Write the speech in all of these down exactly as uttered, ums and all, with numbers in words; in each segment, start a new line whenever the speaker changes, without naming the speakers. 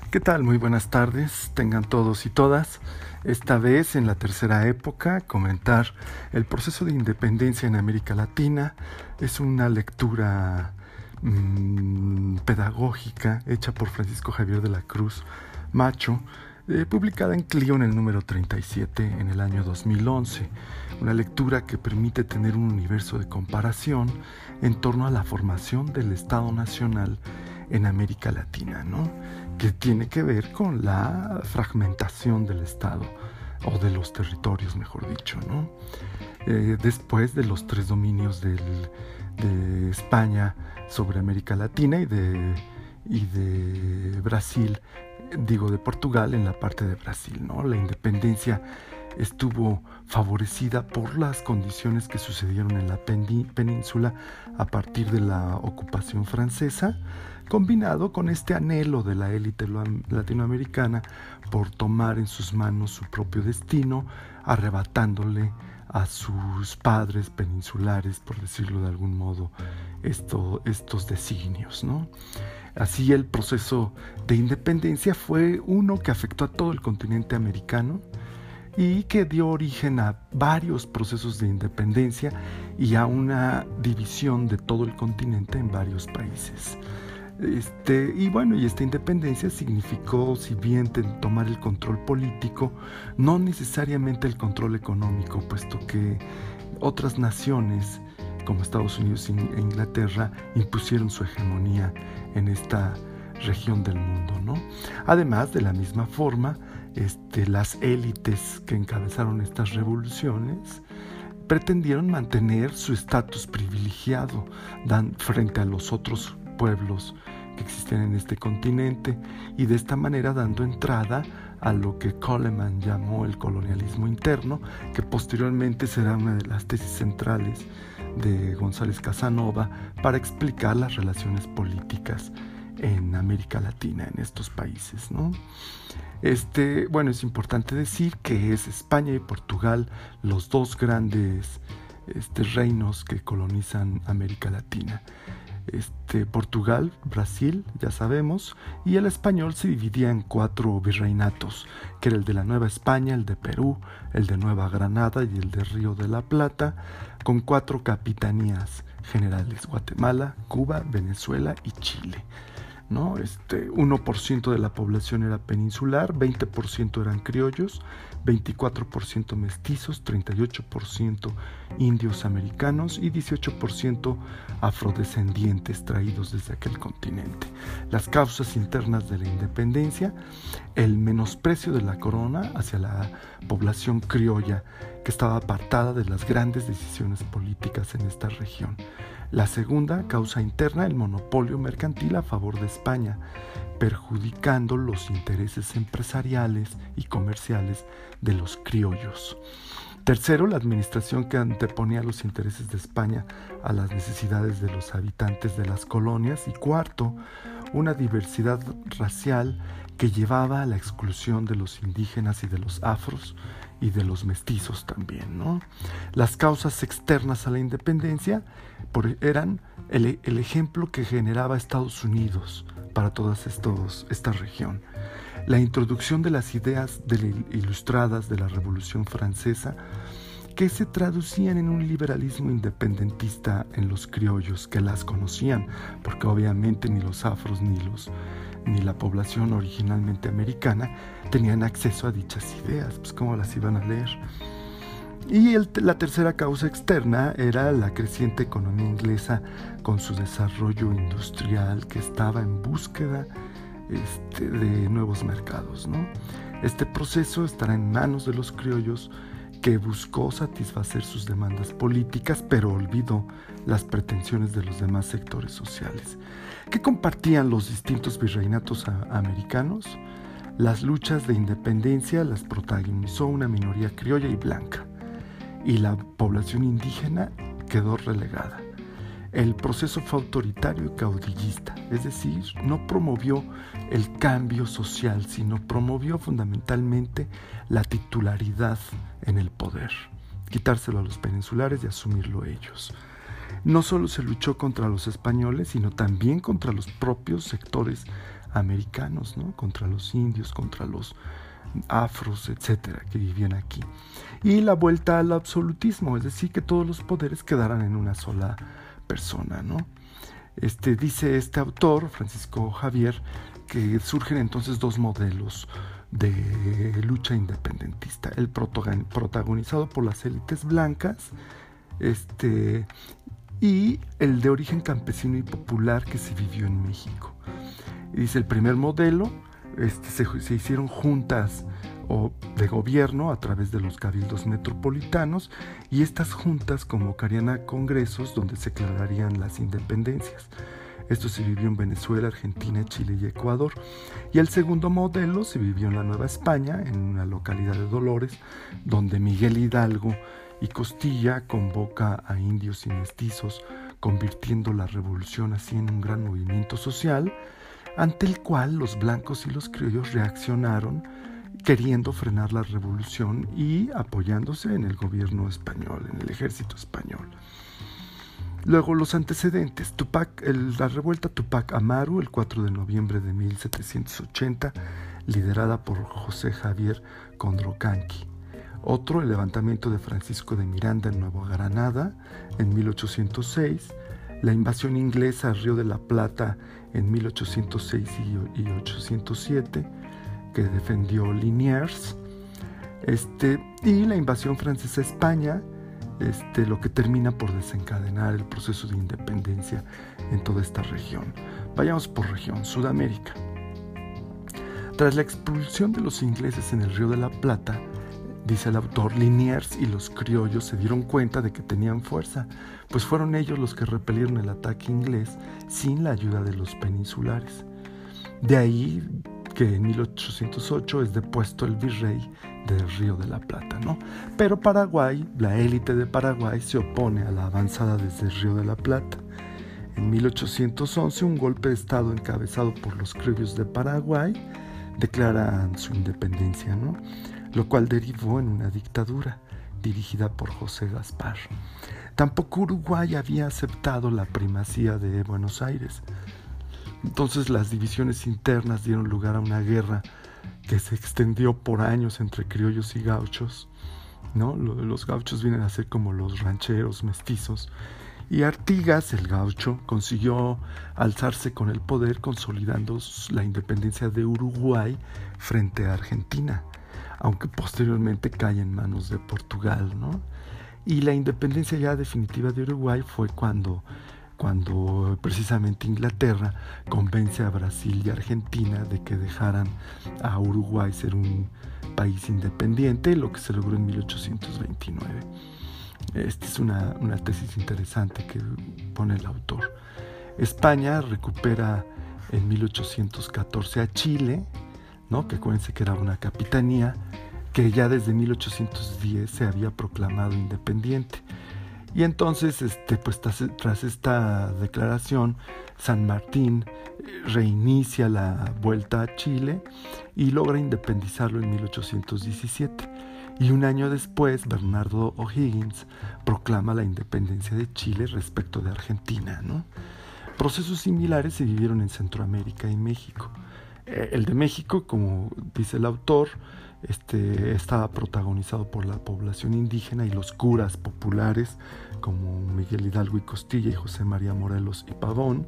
¿Qué tal? Muy buenas tardes, tengan todos y todas. Esta vez, en la tercera época, comentar el proceso de independencia en América Latina. Es una lectura mmm, pedagógica hecha por Francisco Javier de la Cruz Macho, eh, publicada en Clio en el número treinta y siete en el año dos mil once. Una lectura que permite tener un universo de comparación en torno a la formación del Estado Nacional en América Latina, ¿no? Que tiene que ver con la fragmentación del Estado, o de los territorios, mejor dicho, ¿no? Eh, después de los tres dominios del, de España sobre América Latina y de, y de Brasil, digo de Portugal en la parte de Brasil, ¿no? La independencia estuvo favorecida por las condiciones que sucedieron en la península a partir de la ocupación francesa, combinado con este anhelo de la élite latinoamericana por tomar en sus manos su propio destino, arrebatándole a sus padres peninsulares, por decirlo de algún modo, esto, estos designios, ¿no? Así, el proceso de independencia fue uno que afectó a todo el continente americano y que dio origen a varios procesos de independencia y a una división de todo el continente en varios países. Este, y bueno, y esta independencia significó, si bien tomar el control político, no necesariamente el control económico, puesto que otras naciones como Estados Unidos e Inglaterra impusieron su hegemonía en esta región del mundo, ¿no? Además, de la misma forma, este, las élites que encabezaron estas revoluciones pretendieron mantener su estatus privilegiado dan, frente a los otros pueblos que existen en este continente, y de esta manera dando entrada a lo que Coleman llamó el colonialismo interno, que posteriormente será una de las tesis centrales de González Casanova para explicar las relaciones políticas en América Latina, en estos países, ¿no? Este, bueno, es importante decir que es España y Portugal los dos grandes este, reinos que colonizan América Latina. Este, Portugal, Brasil, ya sabemos, y el español se dividía en cuatro virreinatos, que era el de la Nueva España, el de Perú, el de Nueva Granada y el de Río de la Plata, con cuatro capitanías generales: Guatemala, Cuba, Venezuela y Chile, ¿no? Este, uno por ciento de la población era peninsular, veinte por ciento eran criollos, veinticuatro por ciento mestizos, treinta y ocho por ciento indios americanos y dieciocho por ciento afrodescendientes traídos desde aquel continente. Las causas internas de la independencia: el menosprecio de la corona hacia la población criolla, que estaba apartada de las grandes decisiones políticas en esta región. La segunda causa interna: el monopolio mercantil a favor de España, perjudicando los intereses empresariales y comerciales de los criollos. Tercero, la administración que anteponía los intereses de España a las necesidades de los habitantes de las colonias. Y cuarto, una diversidad racial que llevaba a la exclusión de los indígenas y de los afros y de los mestizos también, ¿no? Las causas externas a la independencia por, eran el, el ejemplo que generaba Estados Unidos para toda esta región. La introducción de las ideas de la, ilustradas de la Revolución Francesa, que se traducían en un liberalismo independentista en los criollos que las conocían, porque obviamente ni los afros ni los ni la población originalmente americana tenían acceso a dichas ideas, pues cómo las iban a leer. Y el, la tercera causa externa era la creciente economía inglesa con su desarrollo industrial, que estaba en búsqueda este, de nuevos mercados, ¿no? Este proceso estará en manos de los criollos, que buscó satisfacer sus demandas políticas, pero olvidó las pretensiones de los demás sectores sociales. ¿Qué compartían los distintos virreinatos americanos? Las luchas de independencia las protagonizó una minoría criolla y blanca, y la población indígena quedó relegada. El proceso fue autoritario y caudillista, es decir, no promovió el cambio social, sino promovió fundamentalmente la titularidad en el poder, quitárselo a los peninsulares y asumirlo ellos. No solo se luchó contra los españoles, sino también contra los propios sectores americanos, ¿no? Contra los indios, contra los afros, etcétera, que vivían aquí. Y la vuelta al absolutismo, es decir, que todos los poderes quedaran en una sola persona, ¿no? Este, dice este autor, Francisco Javier, que surgen entonces dos modelos de lucha independentista: el protagonizado por las élites blancas, este, y el de origen campesino y popular que se vivió en México. Y dice, el primer modelo, este, se, se hicieron juntas o de gobierno a través de los cabildos metropolitanos, y estas juntas convocarían a congresos donde se declararían las independencias. Esto se vivió en Venezuela, Argentina, Chile y Ecuador. Y el segundo modelo se vivió en la Nueva España, en una localidad de Dolores, donde Miguel Hidalgo y Costilla convoca a indios y mestizos, convirtiendo la revolución así en un gran movimiento social, ante el cual los blancos y los criollos reaccionaron, queriendo frenar la revolución y apoyándose en el gobierno español, en el ejército español. Luego, los antecedentes. Tupac, el, la revuelta Tupac Amaru, el cuatro de noviembre de mil setecientos ochenta, liderada por José Javier Condorcanqui. Otro, el levantamiento de Francisco de Miranda en Nueva Granada en mil ochocientos seis, la invasión inglesa al Río de la Plata en mil ochocientos seis y, y ochocientos siete, que defendió Liniers, este, y la invasión francesa a España, Este, lo que termina por desencadenar el proceso de independencia en toda esta región. Vayamos por región, Sudamérica. Tras la expulsión de los ingleses en el Río de la Plata, dice el autor, Liniers y los criollos se dieron cuenta de que tenían fuerza, pues fueron ellos los que repelieron el ataque inglés sin la ayuda de los peninsulares. De ahí que en mil ochocientos ocho es depuesto el virrey del Río de la Plata, ¿no? Pero Paraguay, la élite de Paraguay, se opone a la avanzada desde el Río de la Plata. En mil ochocientos once, un golpe de estado encabezado por los criollos de Paraguay declaran su independencia, ¿no? Lo cual derivó en una dictadura dirigida por José Gaspar. Tampoco Uruguay había aceptado la primacía de Buenos Aires. Entonces las divisiones internas dieron lugar a una guerra que se extendió por años entre criollos y gauchos, ¿no? Los gauchos vienen a ser como los rancheros mestizos, y Artigas, el gaucho, consiguió alzarse con el poder consolidando la independencia de Uruguay frente a Argentina, aunque posteriormente cae en manos de Portugal, ¿no? Y la independencia ya definitiva de Uruguay fue cuando cuando precisamente Inglaterra convence a Brasil y Argentina de que dejaran a Uruguay ser un país independiente, lo que se logró en mil ochocientos veintinueve. Esta es una, una tesis interesante que pone el autor. España recupera en mil ochocientos catorce a Chile, ¿no? Que acuérdense que era una capitanía que ya desde mil ochocientos diez se había proclamado independiente. Y entonces, este, pues tras, tras esta declaración, San Martín reinicia la vuelta a Chile y logra independizarlo en mil ochocientos diecisiete. Y un año después, Bernardo O'Higgins proclama la independencia de Chile respecto de Argentina, ¿no? Procesos similares se vivieron en Centroamérica y México. Eh, el de México, como dice el autor, Este, estaba protagonizado por la población indígena y los curas populares como Miguel Hidalgo y Costilla y José María Morelos y Pavón,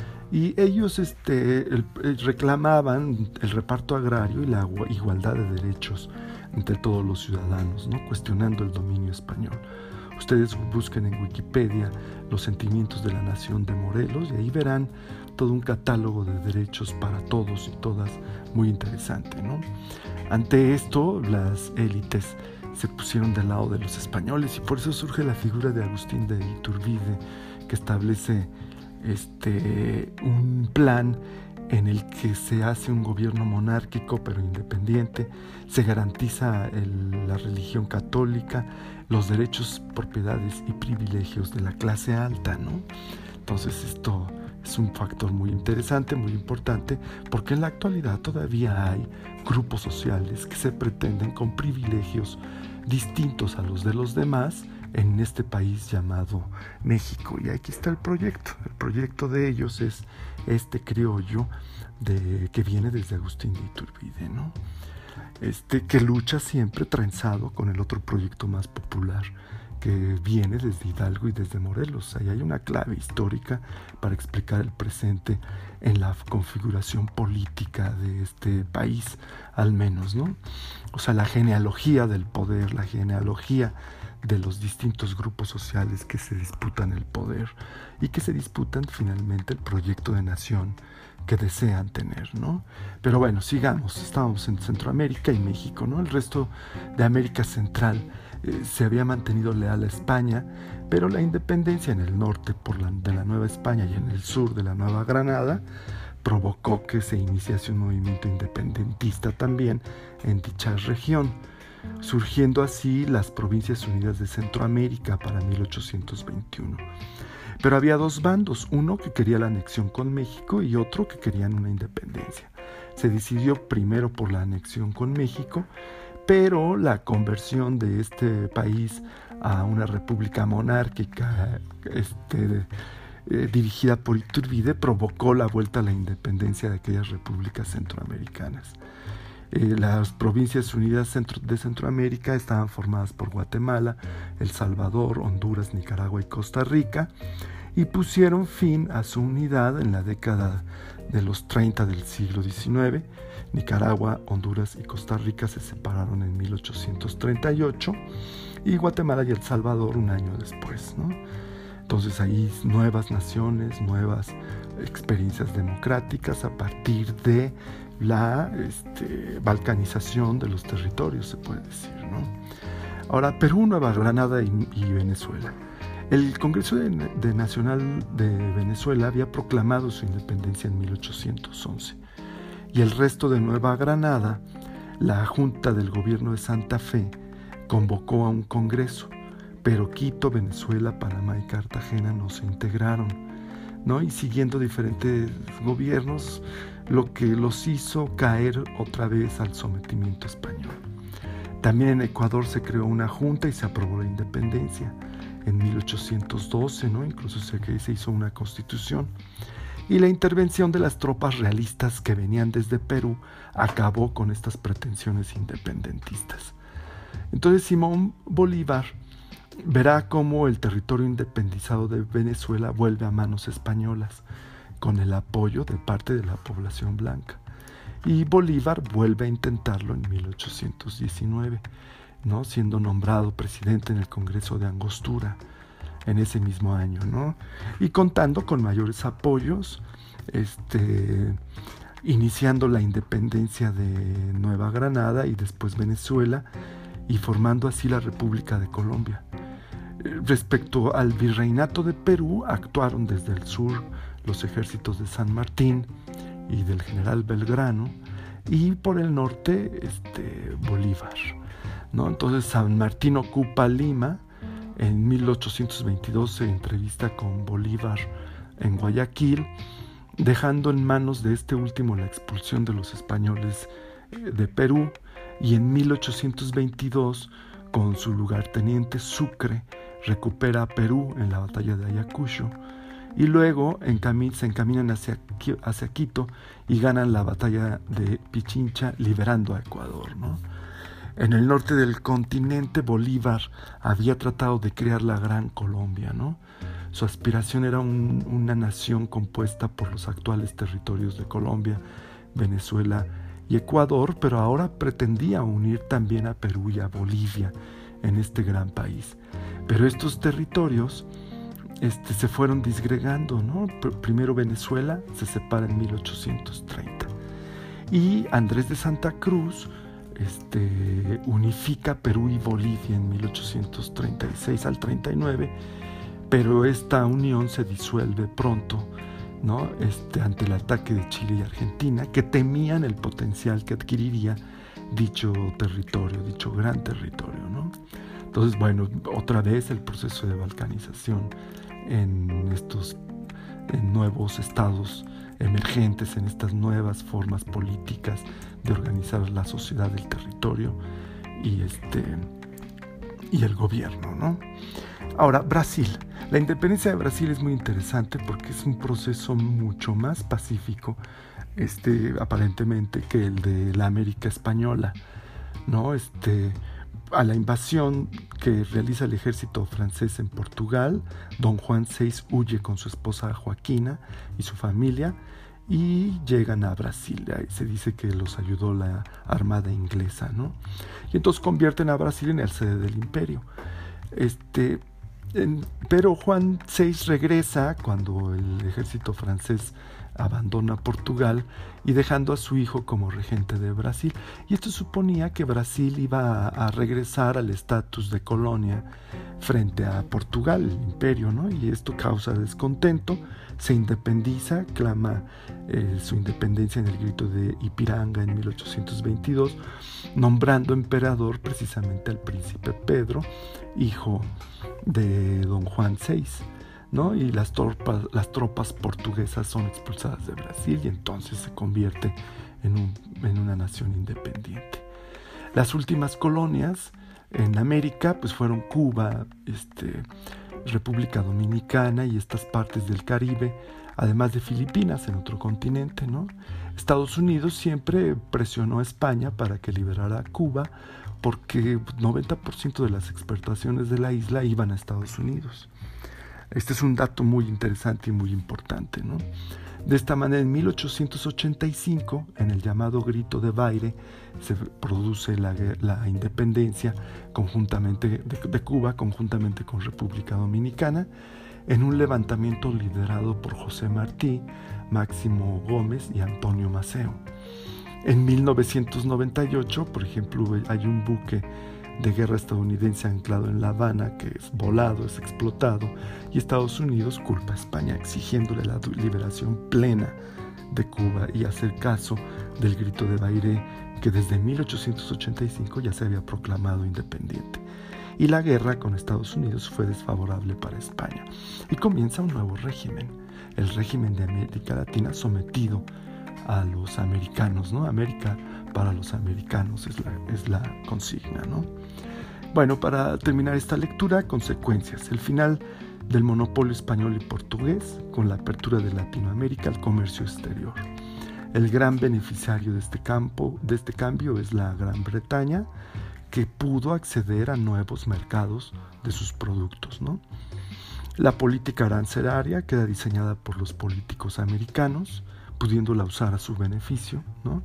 y ellos este, el, el, reclamaban el reparto agrario y la igualdad de derechos entre todos los ciudadanos, ¿no? Cuestionando el dominio español. Ustedes busquen en Wikipedia los sentimientos de la nación de Morelos y ahí verán todo un catálogo de derechos para todos y todas muy interesante, ¿no? Ante esto, las élites se pusieron del lado de los españoles y por eso surge la figura de Agustín de Iturbide, que establece este, un plan en el que se hace un gobierno monárquico pero independiente, se garantiza el, la religión católica, los derechos, propiedades y privilegios de la clase alta, ¿no? Entonces esto es un factor muy interesante, muy importante, porque en la actualidad todavía hay grupos sociales que se pretenden con privilegios distintos a los de los demás, en este país llamado México. Y aquí está el proyecto. El proyecto de ellos es este criollo de, que viene desde Agustín de Iturbide, ¿no? Este, que lucha siempre trenzado con el otro proyecto más popular que viene desde Hidalgo y desde Morelos. Ahí hay una clave histórica para explicar el presente en la configuración política de este país, al menos, ¿no? O sea, la genealogía del poder, la genealogía de los distintos grupos sociales que se disputan el poder y que se disputan finalmente el proyecto de nación que desean tener, ¿no? Pero bueno, sigamos. Estábamos en Centroamérica y México, ¿no? El resto de América Central eh, se había mantenido leal a España, pero la independencia en el norte por la, de la Nueva España y en el sur de la Nueva Granada provocó que se iniciase un movimiento independentista también en dicha región, surgiendo así las Provincias Unidas de Centroamérica para mil ochocientos veintiuno. Pero había dos bandos, uno que quería la anexión con México y otro que querían una independencia. Se decidió primero por la anexión con México, pero la conversión de este país a una república monárquica este, eh, dirigida por Iturbide provocó la vuelta a la independencia de aquellas repúblicas centroamericanas. Eh, las Provincias Unidas Centro, de Centroamérica estaban formadas por Guatemala, El Salvador, Honduras, Nicaragua y Costa Rica, y pusieron fin a su unidad en la década de los treinta del siglo diecinueve. Nicaragua, Honduras y Costa Rica se separaron en mil ochocientos treinta y ocho y Guatemala y El Salvador un año después, ¿no? Entonces ahí nuevas naciones, nuevas experiencias democráticas a partir de la este, balcanización de los territorios, se puede decir, ¿no? Ahora, Perú, Nueva Granada y, y Venezuela. El Congreso de, de Nacional de Venezuela había proclamado su independencia en mil ochocientos once y el resto de Nueva Granada, la Junta del Gobierno de Santa Fe convocó a un congreso, pero Quito, Venezuela, Panamá y Cartagena no se integraron, ¿no? Y siguiendo diferentes gobiernos, lo que los hizo caer otra vez al sometimiento español. También en Ecuador se creó una junta y se aprobó la independencia en mil ochocientos doce, ¿no? Incluso se, se hizo una constitución. Y la intervención de las tropas realistas que venían desde Perú acabó con estas pretensiones independentistas. Entonces Simón Bolívar verá cómo el territorio independizado de Venezuela vuelve a manos españolas, con el apoyo de parte de la población blanca. Y Bolívar vuelve a intentarlo en mil ochocientos diecinueve, ¿no? Siendo nombrado presidente en el Congreso de Angostura en ese mismo año, ¿no? Y contando con mayores apoyos, este, iniciando la independencia de Nueva Granada y después Venezuela, y formando así la República de Colombia. Respecto al virreinato de Perú, actuaron desde el sur los ejércitos de San Martín y del general Belgrano, y por el norte este, Bolívar, ¿no? Entonces San Martín ocupa Lima. En mil ochocientos veintidós se entrevista con Bolívar en Guayaquil, dejando en manos de este último la expulsión de los españoles de Perú, y en mil ochocientos veintidós, con su lugarteniente Sucre, recupera a Perú en la batalla de Ayacucho, y luego encami- se encaminan hacia, hacia Quito y ganan la batalla de Pichincha, liberando a Ecuador, ¿no? En el norte del continente, Bolívar había tratado de crear la Gran Colombia, ¿no? Su aspiración era un, una nación compuesta por los actuales territorios de Colombia, Venezuela y Ecuador, pero ahora pretendía unir también a Perú y a Bolivia en este gran país. Pero estos territorios este, se fueron disgregando, ¿no? Primero Venezuela se separa en mil ochocientos treinta y Andrés de Santa Cruz Este, unifica Perú y Bolivia en mil ochocientos treinta y seis al treinta y nueve, pero esta unión se disuelve pronto, ¿no? Este, ante el ataque de Chile y Argentina, que temían el potencial que adquiriría dicho territorio, dicho gran territorio, ¿no? Entonces, bueno, otra vez el proceso de balcanización en estos en nuevos estados emergentes, en estas nuevas formas políticas de organizar la sociedad del territorio, y este y el gobierno, ¿no? Ahora, Brasil. La independencia de Brasil es muy interesante porque es un proceso mucho más pacífico, este, aparentemente, que el de la América española, ¿no? Este, a la invasión que realiza el ejército francés en Portugal, don Juan sexto huye con su esposa Joaquina y su familia y llegan a Brasil. Ahí se dice que los ayudó la armada inglesa, ¿no? Y entonces convierten a Brasil en el sede del imperio. Este, en, pero Juan sexto regresa cuando el ejército francés abandona Portugal y dejando a su hijo como regente de Brasil. Y esto suponía que Brasil iba a, a regresar al estatus de colonia frente a Portugal, el imperio, ¿no? Y esto causa descontento, se independiza, clama eh, su independencia en el grito de Ipiranga en mil ochocientos veintidós, nombrando emperador precisamente al príncipe Pedro, hijo de don Juan sexto, ¿no? Y las tropas, las tropas portuguesas son expulsadas de Brasil y entonces se convierte en, un, en una nación independiente. Las últimas colonias en América pues fueron Cuba, este, República Dominicana y estas partes del Caribe, además de Filipinas en otro continente, ¿no? Estados Unidos siempre presionó a España para que liberara a Cuba porque noventa por ciento de las exportaciones de la isla iban a Estados Unidos. Este es un dato muy interesante y muy importante, ¿no? De esta manera, en mil ochocientos ochenta y cinco, en el llamado Grito de Baire, se produce la, la independencia conjuntamente de, de Cuba, conjuntamente con República Dominicana, en un levantamiento liderado por José Martí, Máximo Gómez y Antonio Maceo. En mil novecientos noventa y ocho, por ejemplo, hay un buque de guerra estadounidense anclado en La Habana que es volado, es explotado, y Estados Unidos culpa a España exigiéndole la liberación plena de Cuba y hacer caso del Grito de Baire, que desde mil ochocientos ochenta y cinco ya se había proclamado independiente. Y la guerra con Estados Unidos fue desfavorable para España y comienza un nuevo régimen, el régimen de América Latina sometido a los americanos, ¿no? América para los americanos es la, es la consigna, ¿no? Bueno, para terminar esta lectura, consecuencias. El final del monopolio español y portugués con la apertura de Latinoamérica al comercio exterior. El gran beneficiario de este campo, de este cambio es la Gran Bretaña, que pudo acceder a nuevos mercados de sus productos, ¿no? La política arancelaria queda diseñada por los políticos americanos, pudiéndola usar a su beneficio, ¿no?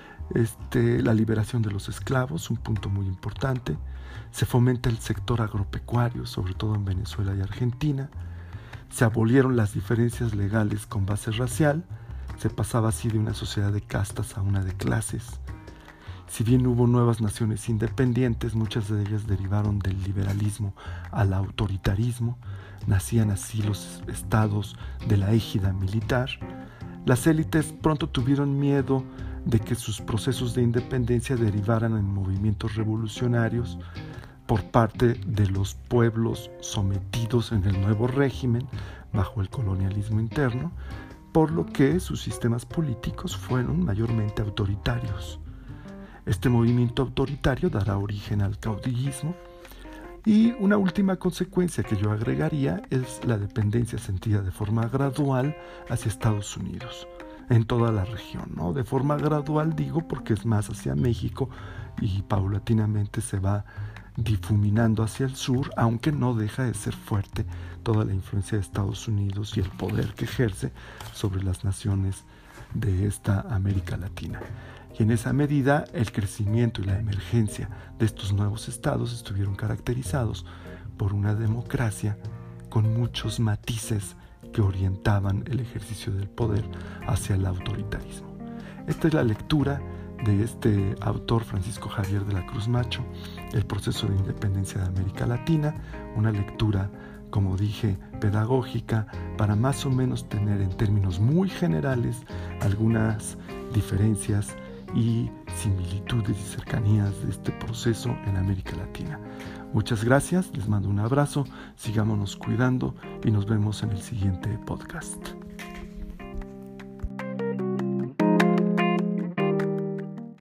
Este, la liberación de los esclavos, un punto muy importante. Se fomenta el sector agropecuario, sobre todo en Venezuela y Argentina. Se abolieron las diferencias legales con base racial. Se pasaba así de una sociedad de castas a una de clases. Si bien hubo nuevas naciones independientes, muchas de ellas derivaron del liberalismo al autoritarismo. Nacían así los estados de la égida militar. Las élites pronto tuvieron miedo de que sus procesos de independencia derivaran en movimientos revolucionarios por parte de los pueblos sometidos en el nuevo régimen bajo el colonialismo interno, por lo que sus sistemas políticos fueron mayormente autoritarios. Este movimiento autoritario dará origen al caudillismo y una última consecuencia que yo agregaría es la dependencia sentida de forma gradual hacia Estados Unidos en toda la región, ¿no? De forma gradual digo porque es más hacia México y paulatinamente se va difuminando hacia el sur, aunque no deja de ser fuerte toda la influencia de Estados Unidos y el poder que ejerce sobre las naciones de esta América Latina. Y en esa medida el crecimiento y la emergencia de estos nuevos estados estuvieron caracterizados por una democracia con muchos matices que orientaban el ejercicio del poder hacia el autoritarismo. Esta es la lectura de este autor Francisco Javier de la Cruz Macho, El proceso de independencia de América Latina, una lectura, como dije, pedagógica para más o menos tener en términos muy generales algunas diferencias y similitudes y cercanías de este proceso en América Latina. Muchas gracias, les mando un abrazo, sigámonos cuidando y nos vemos en el siguiente podcast.